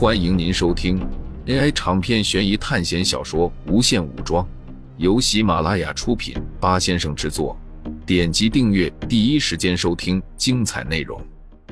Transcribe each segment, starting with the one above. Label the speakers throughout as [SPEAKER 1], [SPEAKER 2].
[SPEAKER 1] 欢迎您收听 AI 长篇悬疑探险小说《无限武装》，由喜马拉雅出品，八先生制作。点击订阅，第一时间收听精彩内容。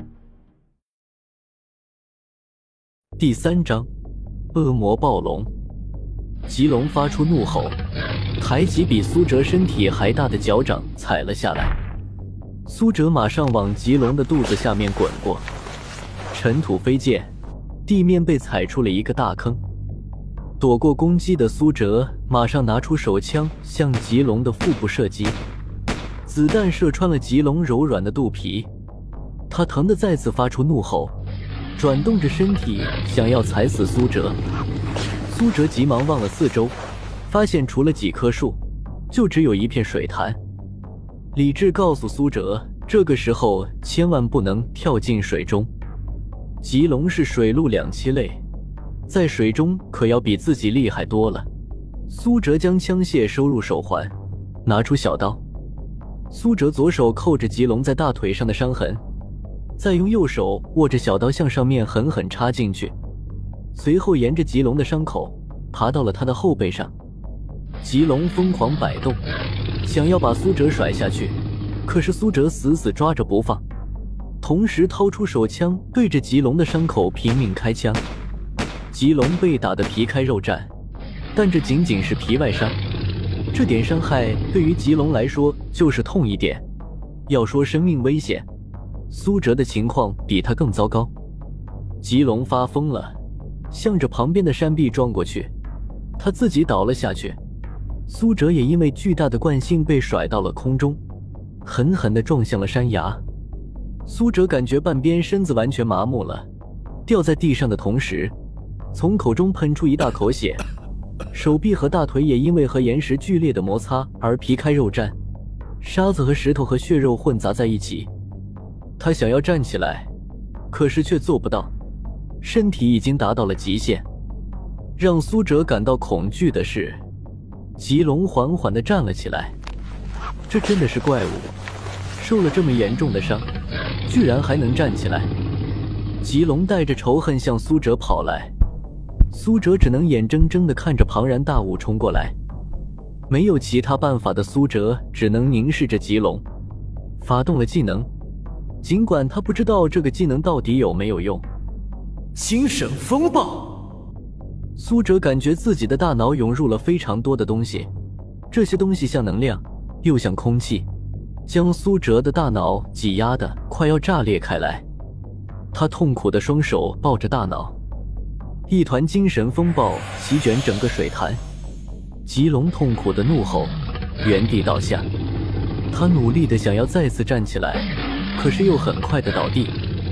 [SPEAKER 2] 第3章，恶魔暴龙。棘龙发出怒吼，抬起比苏哲身体还大的脚掌踩了下来。苏哲马上往棘龙的肚子下面滚过，尘土飞溅，地面被踩出了一个大坑。躲过攻击的苏哲马上拿出手枪向棘龙的腹部射击，子弹射穿了棘龙柔软的肚皮，他疼得再次发出怒吼，转动着身体想要踩死苏哲。苏哲急忙望了四周，发现除了几棵树，就只有一片水潭。理智告诉苏哲，这个时候千万不能跳进水中。棘龙是水陆两栖类，在水中可要比自己厉害多了。苏哲将枪械收入手环，拿出小刀。苏哲左手扣着棘龙在大腿上的伤痕，再用右手握着小刀向上面狠狠插进去，随后沿着棘龙的伤口爬到了他的后背上。棘龙疯狂摆动，想要把苏哲甩下去，可是苏哲死死抓着不放，同时掏出手枪对着棘龙的伤口拼命开枪。棘龙被打得皮开肉绽，但这仅仅是皮外伤，这点伤害对于棘龙来说就是痛一点。要说生命危险，苏哲的情况比他更糟糕。棘龙发疯了，向着旁边的山壁撞过去，他自己倒了下去。苏哲也因为巨大的惯性被甩到了空中，狠狠地撞向了山崖。苏哲感觉半边身子完全麻木了，掉在地上的同时，从口中喷出一大口血，手臂和大腿也因为和岩石剧烈的摩擦而皮开肉绽，沙子和石头和血肉混杂在一起。他想要站起来，可是却做不到，身体已经达到了极限。让苏哲感到恐惧的是，棘龙缓缓地站了起来。这真的是怪物，受了这么严重的伤，居然还能站起来。棘龙带着仇恨向苏哲跑来，苏哲只能眼睁睁地看着庞然大物冲过来。没有其他办法的苏哲只能凝视着棘龙，发动了技能，尽管他不知道这个技能到底有没有用。
[SPEAKER 3] 精神风暴。
[SPEAKER 2] 苏哲感觉自己的大脑涌入了非常多的东西，这些东西像能量，又像空气，将苏哲的大脑挤压得快要炸裂开来。他痛苦的双手抱着大脑，一团精神风暴席卷整个水潭。棘龙痛苦的怒吼，原地倒下。他努力的想要再次站起来，可是又很快的倒地。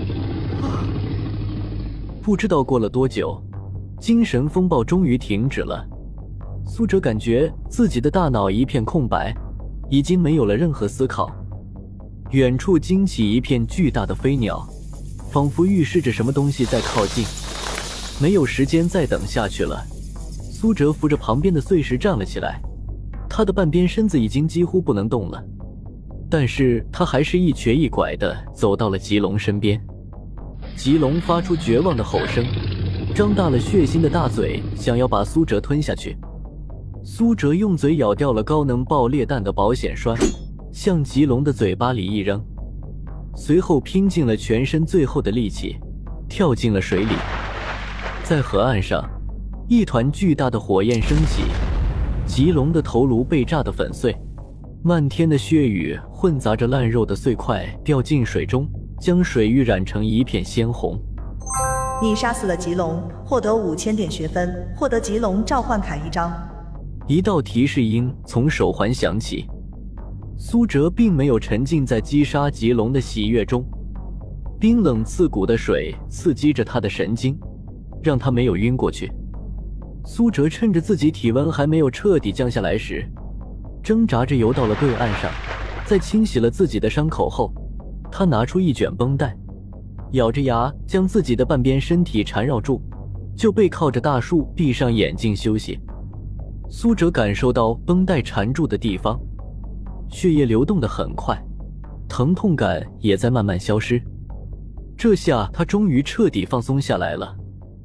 [SPEAKER 2] 不知道过了多久，精神风暴终于停止了。苏哲感觉自己的大脑一片空白，已经没有了任何思考。远处惊起一片巨大的飞鸟，仿佛预示着什么东西在靠近。没有时间再等下去了，苏哲扶着旁边的碎石站了起来，他的半边身子已经几乎不能动了，但是他还是一瘸一拐地走到了棘龙身边。棘龙发出绝望的吼声，张大了血腥的大嘴，想要把苏哲吞下去。苏哲用嘴咬掉了高能爆裂弹的保险栓，向棘龙的嘴巴里一扔，随后拼尽了全身最后的力气，跳进了水里。在河岸上，一团巨大的火焰升起，棘龙的头颅被炸得粉碎，漫天的血雨混杂着烂肉的碎块掉进水中，将水域染成一片鲜红。
[SPEAKER 4] 你杀死了棘龙，获得5000点学分，获得棘龙召唤卡1张。
[SPEAKER 2] 一道提示音从手环响起。苏哲并没有沉浸在击杀棘龙的喜悦中，冰冷刺骨的水刺激着他的神经，让他没有晕过去。苏哲趁着自己体温还没有彻底降下来时，挣扎着游到了对岸上。在清洗了自己的伤口后，他拿出一卷绷带，咬着牙将自己的半边身体缠绕住，就背靠着大树闭上眼睛休息。苏哲感受到绷带缠住的地方，血液流动得很快，疼痛感也在慢慢消失。这下他终于彻底放松下来了。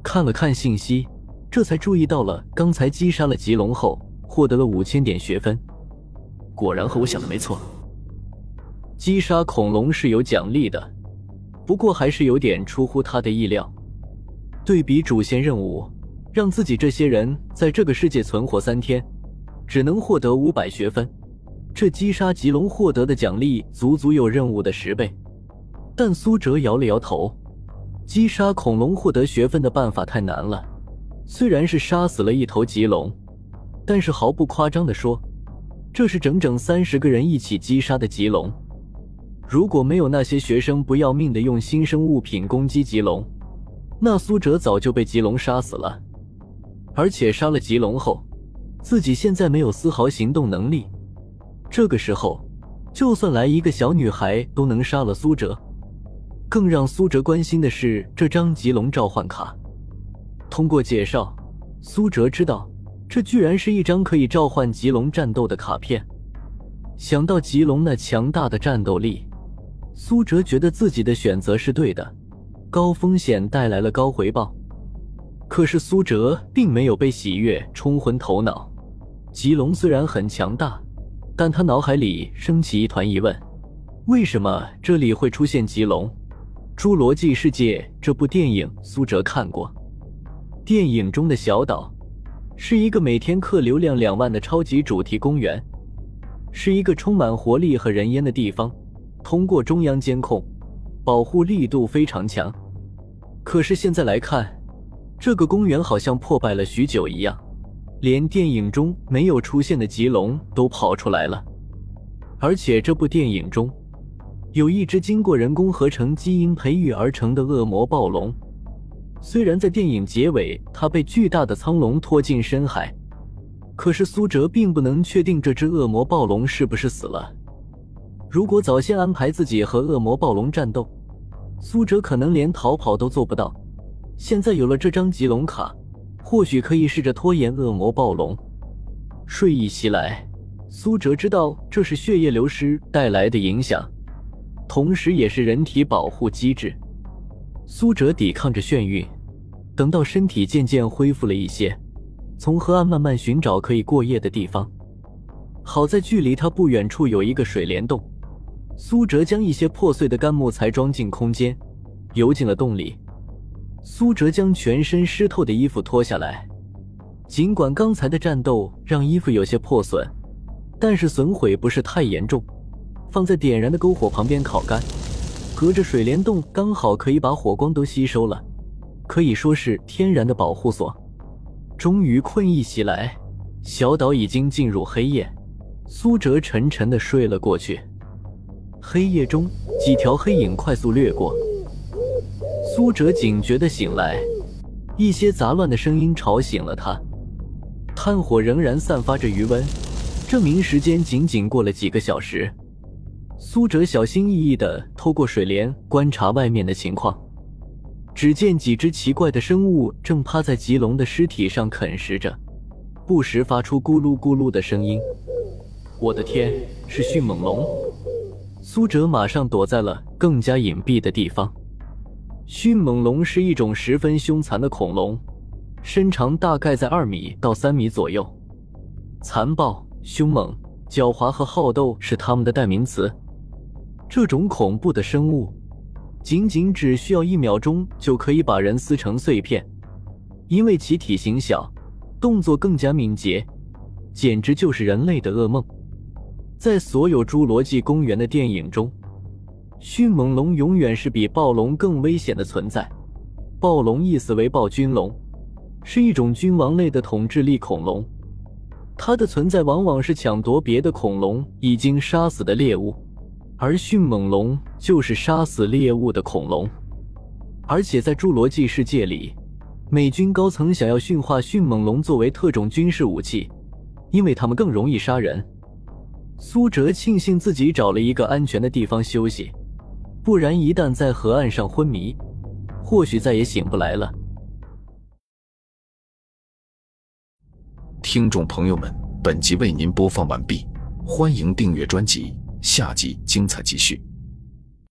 [SPEAKER 2] 看了看信息，这才注意到了刚才击杀了棘龙后获得了5000点学分。
[SPEAKER 3] 果然和我想的没错，
[SPEAKER 2] 击杀恐龙是有奖励的，不过还是有点出乎他的意料。对比主线任务，让自己这些人在这个世界存活3天，只能获得500学分，这击杀棘龙获得的奖励足足有任务的10倍。但苏哲摇了摇头，击杀恐龙获得学分的办法太难了，虽然是杀死了一头棘龙，但是毫不夸张地说，这是整整30个人一起击杀的棘龙。如果没有那些学生不要命的用新生物品攻击棘龙，那苏哲早就被棘龙杀死了。而且杀了棘龙后，自己现在没有丝毫行动能力，这个时候就算来一个小女孩都能杀了苏哲。更让苏哲关心的是这张棘龙召唤卡。通过介绍，苏哲知道这居然是一张可以召唤棘龙战斗的卡片。想到棘龙那强大的战斗力，苏哲觉得自己的选择是对的，高风险带来了高回报。可是苏哲并没有被喜悦冲昏头脑，棘龙虽然很强大，但他脑海里升起一团疑问，为什么这里会出现棘龙？侏罗纪世界这部电影苏哲看过，电影中的小岛是一个每天客流量2万的超级主题公园，是一个充满活力和人烟的地方，通过中央监控，保护力度非常强。可是现在来看，这个公园好像破败了许久一样，连电影中没有出现的棘龙都跑出来了。而且这部电影中有一只经过人工合成基因培育而成的恶魔暴龙，虽然在电影结尾它被巨大的苍龙拖进深海，可是苏哲并不能确定这只恶魔暴龙是不是死了。如果早先安排自己和恶魔暴龙战斗，苏哲可能连逃跑都做不到。现在有了这张棘龙卡，或许可以试着拖延恶魔暴龙。睡意袭来，苏哲知道这是血液流失带来的影响，同时也是人体保护机制。苏哲抵抗着眩晕，等到身体渐渐恢复了一些，从河岸慢慢寻找可以过夜的地方。好在距离他不远处有一个水帘洞，苏哲将一些破碎的干木材装进空间，游进了洞里。苏哲将全身湿透的衣服脱下来，尽管刚才的战斗让衣服有些破损，但是损毁不是太严重，放在点燃的篝火旁边烤干，隔着水帘洞刚好可以把火光都吸收了，可以说是天然的保护所。终于困意袭来，小岛已经进入黑夜，苏哲沉沉地睡了过去。黑夜中，几条黑影快速掠过，苏哲警觉地醒来，一些杂乱的声音吵醒了他。炭火仍然散发着余温，证明时间仅仅过了几个小时。苏哲小心翼翼地透过水帘观察外面的情况，只见几只奇怪的生物正趴在棘龙的尸体上啃食着，不时发出咕噜咕噜的声音。我的天，是迅猛龙！苏哲马上躲在了更加隐蔽的地方。迅猛龙是一种十分凶残的恐龙，身长大概在2米到3米左右，残暴、凶猛、狡猾和好斗是它们的代名词。这种恐怖的生物仅只需要1秒钟就可以把人撕成碎片，因为其体型小，动作更加敏捷，简直就是人类的噩梦。在所有侏罗纪公园的电影中，迅猛龙永远是比暴龙更危险的存在。暴龙意思为暴君龙，是一种君王类的统治力恐龙，它的存在往往是抢夺别的恐龙已经杀死的猎物，而迅猛龙就是杀死猎物的恐龙。而且在侏罗纪世界里，美军高层想要驯化迅猛龙作为特种军事武器，因为它们更容易杀人。苏哲庆幸自己找了一个安全的地方休息，不然一旦在河岸上昏迷，或许再也醒不来了。
[SPEAKER 1] 听众朋友们，本集为您播放完毕，欢迎订阅专辑，下集精彩继续。